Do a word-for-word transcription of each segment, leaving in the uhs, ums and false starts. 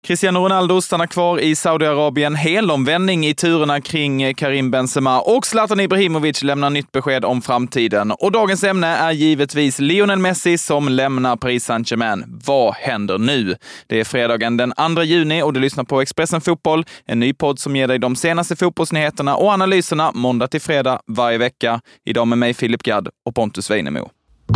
Cristiano Ronaldo stannar kvar i Saudiarabien, helomvändning i turerna kring Karim Benzema och Zlatan Ibrahimovic lämnar nytt besked om framtiden. Och dagens ämne är givetvis Lionel Messi som lämnar Paris Saint-Germain. Vad händer nu? Det är fredagen den andra juni och du lyssnar på Expressen Fotboll, en ny podd som ger dig de senaste fotbollsnyheterna och analyserna måndag till fredag varje vecka. Idag med mig Filip Gadd och Pontus Weinemo.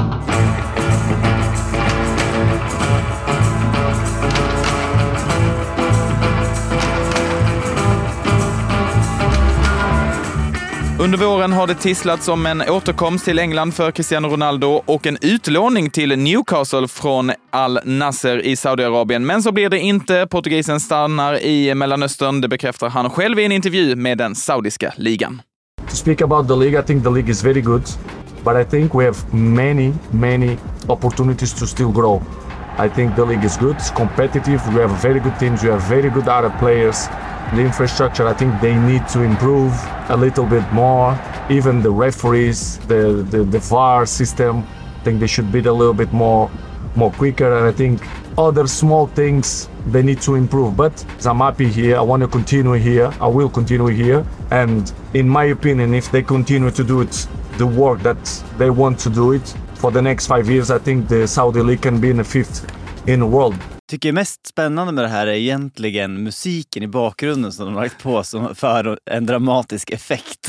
Under våren har det tisslats om en återkomst till England för Cristiano Ronaldo och en utlåning till Newcastle från Al Nasser i Saudiarabien. Men så blir det inte. Portugisen stannar i Mellanöstern. Det bekräftar han själv i en intervju med den saudiska ligan. To speak about the league, I think the league is very good. But I think we have many, many opportunities to still grow. I think the league is good, it's competitive. We have very good teams, we have very good Arab players. The infrastructure, I think they need to improve a little bit more. Even the referees, the, the, the V A R system, I think they should be a little bit more, more quicker. And I think other small things they need to improve. But I'm happy here. I want to continue here. I will continue here. And in my opinion, if they continue to do it, the work that they want to do it for the next five years, I think the Saudi League can be in the fifth in the world. Tycker mest spännande med det här är egentligen musiken i bakgrunden som de har lagt på som för en dramatisk effekt.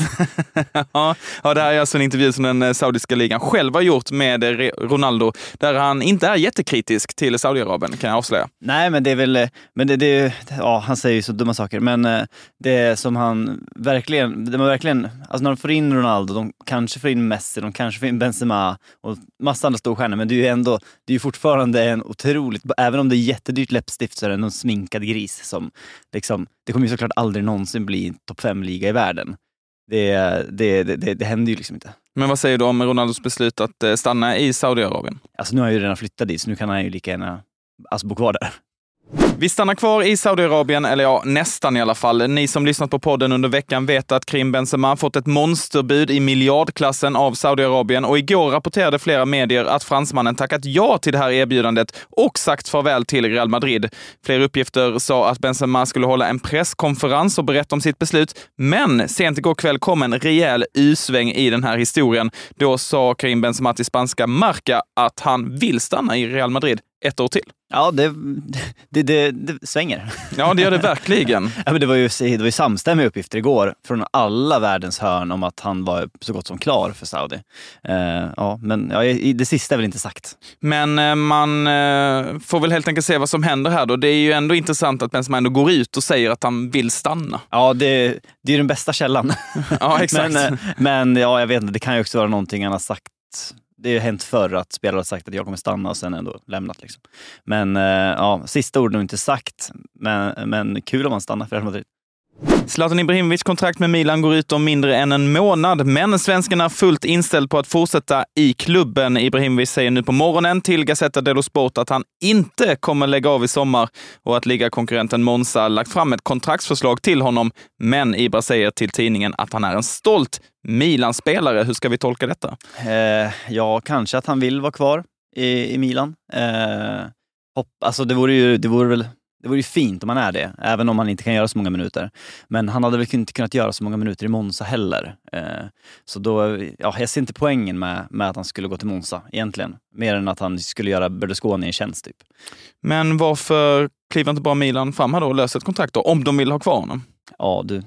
ja, ja, det här är alltså en intervju som den saudiska ligan själv har gjort med Ronaldo, där han inte är jättekritisk till Saudiarabien, kan jag avslöja. Nej, men det är väl, men det, det ja, han säger ju så dumma saker, men det som han verkligen, det var verkligen, alltså när de får in Ronaldo, de kanske får in Messi, de kanske får in Benzema och massa andra storstjärnor, men det är ju ändå, det är ju fortfarande en otroligt, även om det är jättedyrt läppstift så är det någon sminkad gris som liksom, det kommer ju såklart aldrig någonsin bli topp fem-liga i världen. Det, det, det, det händer ju liksom inte. Men vad säger du om Ronaldos beslut att stanna i Saudiarabien? Alltså nu har jag ju redan flyttat dit, så nu kan han ju lika gärna alltså, bo kvar där. Vi stannar kvar i Saudiarabien, eller ja, nästan i alla fall. Ni som lyssnat på podden under veckan vet att Karim Benzema fått ett monsterbud i miljardklassen av Saudiarabien och igår rapporterade flera medier att fransmannen tackat ja till det här erbjudandet och sagt farväl till Real Madrid. Flera uppgifter sa att Benzema skulle hålla en presskonferens och berätta om sitt beslut, men sent igår kväll kom en rejäl usväng i den här historien. Då sa Karim Benzema till spanska Marca att han vill stanna i Real Madrid ett år till. Ja, det, det, det, det svänger. Ja, det gör det verkligen. Ja, men det var ju, det var ju samstämmiga uppgifter igår från alla världens hörn om att han var så gott som klar för Saudi. Uh, ja, men ja, det sista är väl inte sagt. Men uh, man uh, får väl helt enkelt se vad som händer här då. Det är ju ändå intressant att Benzema ändå går ut och säger att han vill stanna. Ja, det, det är den bästa källan. Ja, exakt. men, uh, men ja, jag vet inte, det kan ju också vara någonting han har sagt. Det har hänt förr att spelare har sagt att jag kommer stanna och sen ändå lämnat. Liksom. Men ja, sista ord är inte sagt. Men, men kul om man stannar för Real Madrid. Zlatan Ibrahimovic kontrakt med Milan går ut om mindre än en månad, men svenskarna är fullt inställd på att fortsätta i klubben. Ibrahimovic säger nu på morgonen till Gazzetta dello Sport att han inte kommer lägga av i sommar och att ligakonkurrenten Monza lagt fram ett kontraktsförslag till honom, men Ibra säger till tidningen att han är en stolt Milan-spelare. Hur ska vi tolka detta? Eh, ja, kanske att han vill vara kvar i, i Milan. Eh, hopp, alltså det vore ju, det vore väl Det vore ju fint om han är det, även om han inte kan göra så många minuter. Men han hade väl inte kunnat göra så många minuter i Monza heller. Eh, så då, ja, jag ser inte poängen med, med att han skulle gå till Monza egentligen. Mer än att han skulle göra Berlusconi en tjänst typ. Men varför kliver inte bara Milan fram här då och löser ett kontrakt då, om de vill ha kvar honom? Ja, du.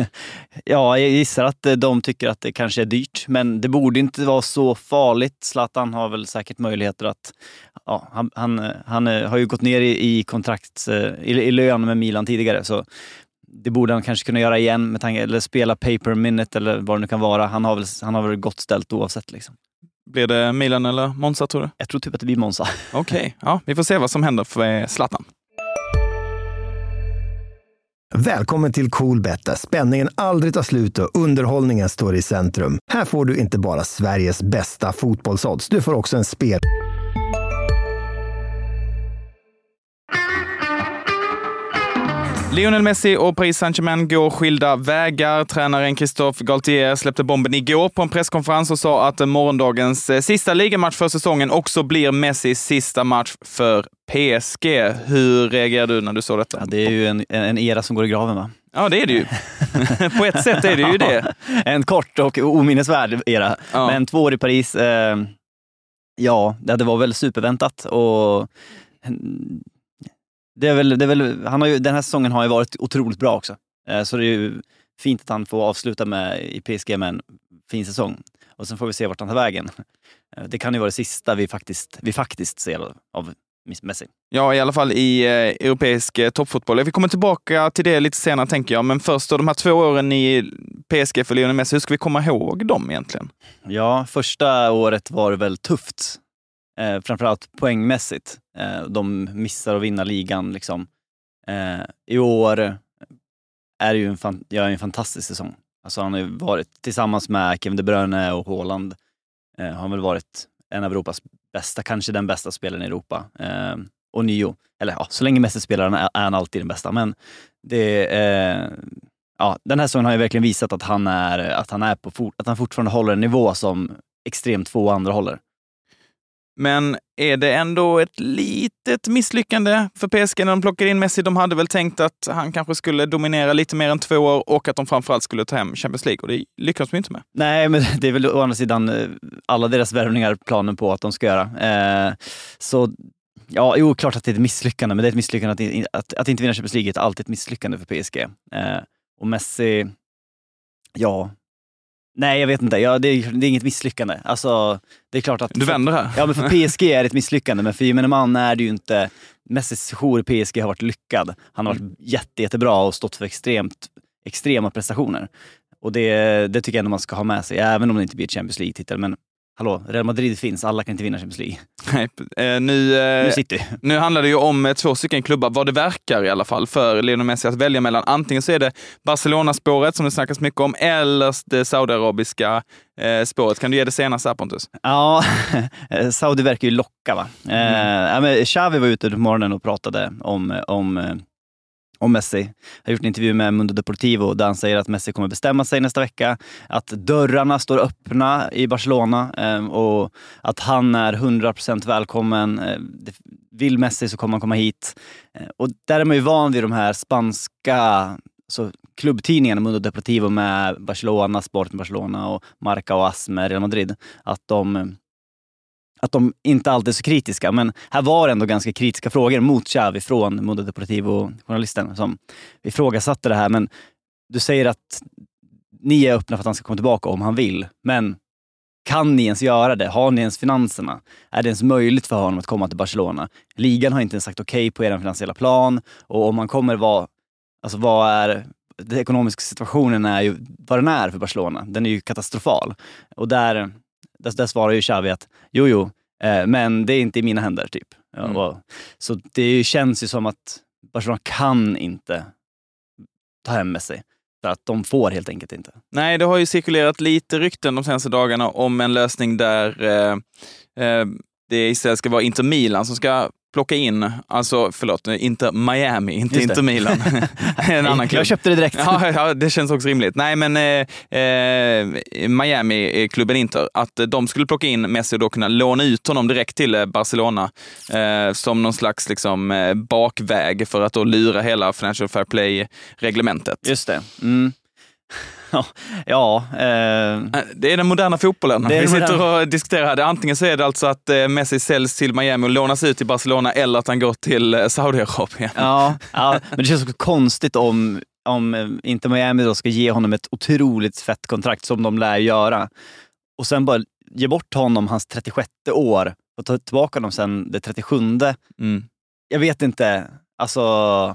ja, jag gissar att de tycker att det kanske är dyrt. Men det borde inte vara så farligt. Zlatan har väl säkert möjligheter att... Ja, han, han, han har ju gått ner i, i kontrakt i, i lön med Milan tidigare. Så det borde han kanske kunna göra igen med tanke, eller spela paper minute eller vad det nu kan vara. Han har väl, han har väl gott ställt oavsett liksom. Blir det Milan eller Monza, tror du? Jag tror typ att det blir Monza. Okej, okay. Ja, vi får se vad som händer för Zlatan. Välkommen till Coolbet där spänningen aldrig tar slut och underhållningen står i centrum. Här får du inte bara Sveriges bästa fotbollsodds, du får också en spel... Lionel Messi och Paris Saint-Germain går skilda vägar. Tränaren Christophe Galtier släppte bomben igår på en presskonferens och sa att morgondagens sista ligamatch för säsongen också blir Messis sista match för P S G. Hur reagerar du när du såg detta? Ja, det är ju en, en era som går i graven, va? Ja, det är det ju. På ett sätt är det ju det. En kort och ominnesvärd era. Ja. Men två år i Paris, eh, ja, det var väl superväntat. Och det är väl, det är väl, han har ju, den här säsongen har ju varit otroligt bra också. Eh, så det är ju fint att han får avsluta med i P S G med en fin säsong. Och sen får vi se vart han tar vägen. Eh, det kan ju vara det sista vi faktiskt, vi faktiskt ser av Messi. Ja, i alla fall i eh, europeisk eh, toppfotboll. Vi kommer tillbaka till det lite senare, tänker jag. Men först då, de här två åren i P S G för Lionel Messi, hur ska vi komma ihåg dem egentligen? Ja, första året var det väl tufft. Eh, framförallt poängmässigt. Eh, de missar att vinna ligan. Liksom. Eh, I år är det ju en, fan, ja, en fantastisk säsong. Alltså, han har ju varit tillsammans med Kevin De Bruyne och Haaland. Eh, har han väl varit en av Europas bästa, kanske den bästa spelaren i Europa. Eh, och nio. Eller ja, så länge Messi spelar är, är han alltid den bästa. Men det, eh, ja, den här säsongen har ju verkligen visat att han, är, att, han är på for, att han fortfarande håller en nivå som extremt få andra håller. Men är det ändå ett litet misslyckande för P S G när de plockar in Messi? De hade väl tänkt att han kanske skulle dominera lite mer än två år och att de framförallt skulle ta hem Champions League, och det lyckas de inte med. Nej, men det är väl å andra sidan alla deras värvningar planen på att de ska göra. Eh, så ja, jo, klart att det är ett misslyckande, men det är ett misslyckande att, att, att inte vinna Champions League är alltid ett misslyckande för P S G. Eh, och Messi, ja... Nej, jag vet inte. Ja, det, är, det är inget misslyckande. Alltså, det är klart att... Du vänder här. Ja, men för P S G är det ett misslyckande, men för gemene man är det ju inte... Messis sejour i P S G har varit lyckad. Han har varit mm. jätte, jättebra och stått för extremt, extrema prestationer. Och det, det tycker jag ändå man ska ha med sig, även om det inte blir ett Champions League-titel. Men hallå, Real Madrid finns, alla kan inte vinna Champions League. Nej, eh, nu, eh, nu, City. nu handlar det ju om eh, två stycken klubbar, vad det verkar i alla fall för Lionel Messi att välja mellan. Antingen så är det Barcelona-spåret som det snackas mycket om, eller det saudiarabiska eh, spåret. Kan du ge det senaste här, Pontus? Ja, Saudi verkar ju locka, va? Mm. Eh, ja, men Xavi var ute på morgonen och pratade om... om om Messi. Jag har gjort en intervju med Mundo Deportivo där han säger att Messi kommer bestämma sig nästa vecka, att dörrarna står öppna i Barcelona eh, och att han är hundra procent välkommen. Eh, vill Messi så kommer han komma hit. Eh, och där är man ju van vid de här spanska så, klubbtidningarna, Mundo Deportivo med Barcelona, Sport med Barcelona och Marca och As med Real Madrid, att de att de inte alltid är så kritiska, men här var ändå ganska kritiska frågor mot Xavi från Mundo Deportivo-journalisten som ifrågasatte det här. Men du säger att ni är öppna för att han ska komma tillbaka om han vill, men kan ni ens göra det? Har ni ens finanserna? Är det ens möjligt för honom att komma till Barcelona? Ligan har inte ens sagt okej okay på er finansiella plan, och om man kommer vara, alltså vad är den ekonomiska situationen är ju vad den är för Barcelona. Den är ju katastrofal. Och där Där, där svarar ju Xavi att jo, jo, eh, men det är inte i mina händer, typ. Ja, Mm. och, så det känns ju som att Barcelona kan inte ta hem med sig. För att de får helt enkelt inte. Nej, det har ju cirkulerat lite rykten de senaste dagarna om en lösning där eh, eh, det istället ska vara Inter Milan som ska plocka in, alltså förlåt, inte Miami, inte Just det. Inter Milan. En annan klubb. Jag köpte det direkt. Ja, ja, det känns också rimligt. Nej, men eh, eh, Miami-klubben Inter, att de skulle plocka in Messi och då kunna låna ut honom direkt till Barcelona eh, som någon slags liksom, eh, bakväg för att då lura hela Financial Fair Play-reglementet. Just det. Mm. Ja, ja eh. det är den moderna fotbollen. Det är Vi den sitter moderna... och diskuterar det. Antingen så är det alltså att eh, Messi säljs till Miami och lånas ut till Barcelona, eller att han går till eh, Saudiarabien. Ja, ja, men det känns också konstigt om, om inte Miami då ska ge honom ett otroligt fett kontrakt som de lär göra. Och sen bara ge bort honom hans trettiosjätte år och ta tillbaka honom sen det trettiosjunde. Mm. Jag vet inte, alltså...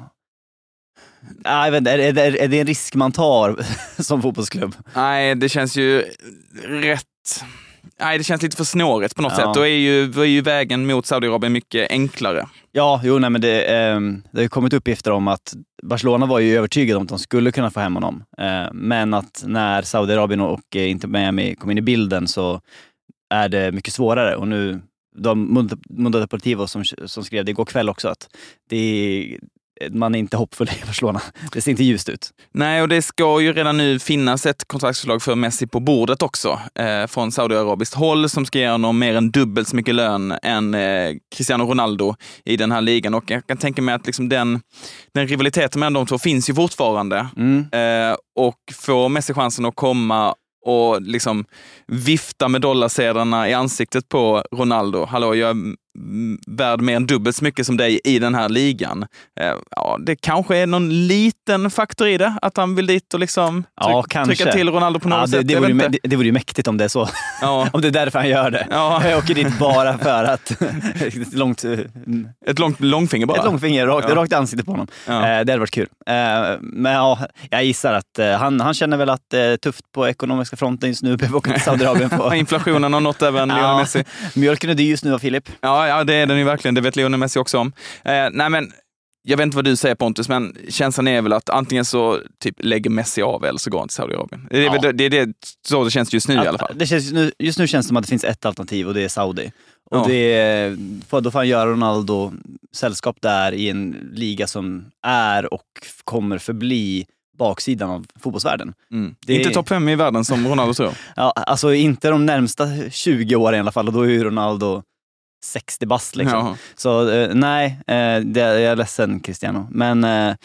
Jag vet inte, är, är, är det en risk man tar som fotbollsklubb? Nej, det känns ju rätt... Nej, det känns lite för snårigt på något Ja. sätt. Då är ju, då är ju vägen mot Saudiarabien mycket enklare. Ja, jo, nej, men det, eh, det har kommit uppgifter om att Barcelona var ju övertygade om att de skulle kunna få hem honom. Eh, men att när Saudiarabien och eh, Inter Miami kom in i bilden så är det mycket svårare. Och nu, de Mundo Deportivo som, som skrev det igår kväll också, att det, man är inte hoppfull i Barcelona. Det ser inte ljust ut. Nej, och det ska ju redan nu finnas ett kontraktsförslag för Messi på bordet också eh, från saudiarabiskt håll som ska ge honom mer än dubbelt så mycket lön än eh, Cristiano Ronaldo i den här ligan. Och jag kan tänka mig att liksom den, den rivaliteten mellan de två finns ju fortfarande. Mm. Eh, och får Messi chansen att komma och liksom vifta med dollarsedlarna i ansiktet på Ronaldo. Hallå, jag är värd mer än dubbelt så mycket som dig i den här ligan. Eh, ja, det kanske är någon liten faktor i det, att han vill dit och liksom ja, tryck, trycka till Ronaldo på något ja, det, sätt. Det vore, ju, det, det vore ju mäktigt om det är så. Ja. Om det är därför han gör det. Ja. Jag åker dit bara för att ett långt ett långt långfinger bara. Ett långfinger rakt, ja. rakt i ansiktet på honom. Ja. Eh, det hade varit kul. Eh, men ja, jag gissar att eh, han, han känner väl att det är tufft på ekonomiska fronten just nu. Behöver åka till Saudiarabien på. Inflationen har nått även Lionel ja. Messi. Mjölken är dyr just nu av Filip. Ja, ja, det är den ju verkligen. Det vet Lionel Messi också om. Eh, nej men, jag vet inte vad du säger Pontus, men känslan är väl att antingen så typ lägger Messi av eller så går han till Saudiarabien. Det är ja. det, det, det, så det känns just nu att, i alla fall. Det känns just, nu, just nu känns det som att det finns ett alternativ och det är Saudi. Och ja. det, för då får han göra Ronaldo sällskap där i en liga som är och kommer förbli baksidan av fotbollsvärlden. Mm. Det är inte topp fem i världen som Ronaldo tror. Ja, alltså inte de närmsta tjugo åren i alla fall, och då är ju Ronaldo sextio bast liksom. Jaha. Så eh, nej, eh, det, jag är ledsen Cristiano. Men eh,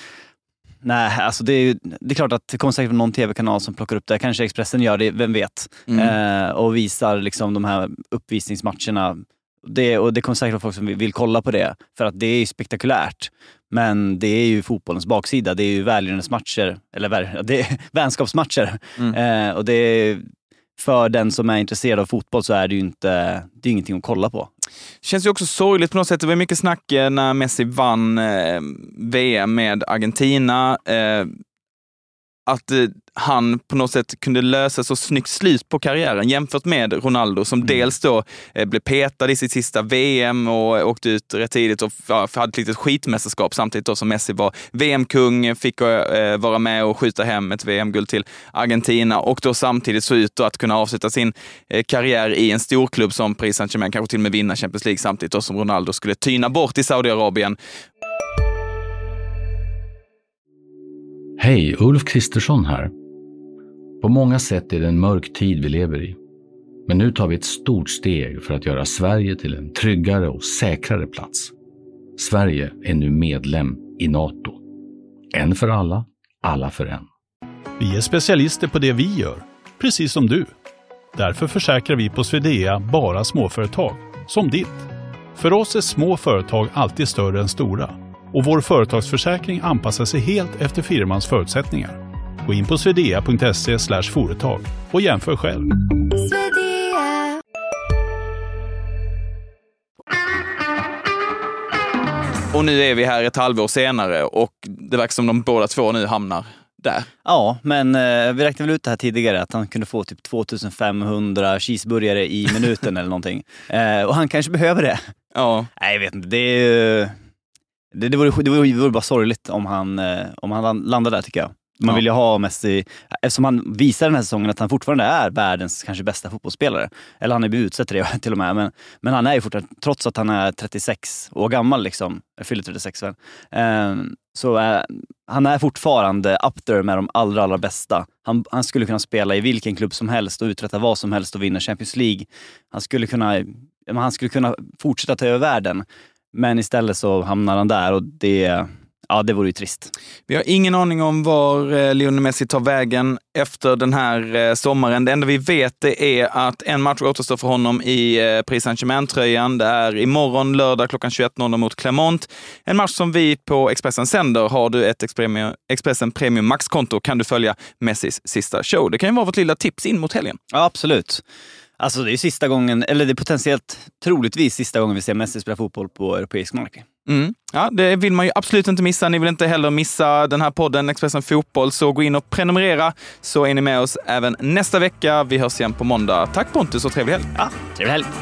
nej, alltså det är ju, det är klart att det kommer säkert någon tv-kanal som plockar upp det. Kanske Expressen gör det, vem vet. Mm. Eh, och visar liksom de här uppvisningsmatcherna. Det, och det kommer säkert folk som vill, vill kolla på det. För att det är ju spektakulärt. Men det är ju fotbollens baksida. Det är ju välgörenhetsmatcher. Eller det är vänskapsmatcher. Mm. Eh, och det är, för den som är intresserad av fotboll så är det ju inte, det är ingenting att kolla på. Känns ju också sorgligt på något sätt. Det var mycket snack när Messi vann eh, V M med Argentina. Eh, att eh, han på något sätt kunde lösa så snyggt slut på karriären jämfört med Ronaldo som mm. dels då eh, blev petad i sitt sista V M och åkte ut rätt tidigt och ja, hade ett litet skitmästerskap samtidigt då som Messi var V M-kung, fick eh, vara med och skjuta hem ett V M-guld till Argentina och då samtidigt så ut att kunna avsluta sin eh, karriär i en storklubb som Paris Saint-Germain, kanske till och med vinna Champions League samtidigt då som Ronaldo skulle tyna bort i Saudiarabien. Hej, Ulf Kristersson här. På många sätt är det en mörk tid vi lever i. Men nu tar vi ett stort steg för att göra Sverige till en tryggare och säkrare plats. Sverige är nu medlem i NATO. En för alla, alla för en. Vi är specialister på det vi gör, precis som du. Därför försäkrar vi på Swedea bara småföretag, som ditt. För oss är små företag alltid större än stora. Och vår företagsförsäkring anpassar sig helt efter firmans förutsättningar. Gå in på swedea punkt se slash företag och jämför själv. Swedea. Och nu är vi här ett halvår senare och det verkar som de båda två nu hamnar där. Ja, men eh, vi räknade väl ut det här tidigare att han kunde få typ tvåtusenfemhundra cheeseburgare i minuten eller någonting. Eh, och han kanske behöver det. Ja. Nej, jag vet inte. Det är ju... Det, det, vore, det, vore, det vore bara sorgligt om han, eh, om han landade där, tycker jag. Man ja. vill ju ha Messi, eftersom han visar den här säsongen att han fortfarande är världens kanske bästa fotbollsspelare. Eller han är blivit utsett till det till och med. Men, men han är ju fortfarande, trots att han är trettiosex år gammal liksom, jag fyller trettiosex väl. Eh, så eh, han är fortfarande up there med de allra, allra bästa. Han, han skulle kunna spela i vilken klubb som helst och uträtta vad som helst och vinna Champions League. Han skulle kunna, han skulle kunna fortsätta ta över världen. Men istället så hamnar han där och det, ja, det vore ju trist. Vi har ingen aning om var eh, Lionel Messi tar vägen efter den här eh, sommaren. Det enda vi vet det är att en match återstår för honom i eh, Paris Saint-Germain-tröjan. Det är imorgon lördag klockan tjugoett noll noll mot Clermont. En match som vi på Expressen sänder. Har du ett Expressen Premium Max-konto kan du följa Messis sista show. Det kan ju vara vårt lilla tips in mot helgen. Ja, absolut. Alltså det är sista gången, eller det är potentiellt troligtvis sista gången vi ser Messi spela fotboll på europeisk mark. Mm. Ja, det vill man ju absolut inte missa. Ni vill inte heller missa den här podden Expressen Fotboll, så gå in och prenumerera så är ni med oss även nästa vecka. Vi hörs igen på måndag. Tack Pontus och trevlig helg. Ja, trevlig helg.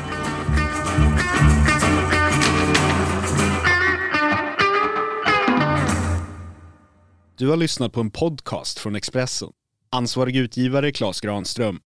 Du har lyssnat på en podcast från Expressen. Ansvarig utgivare Claes Granström.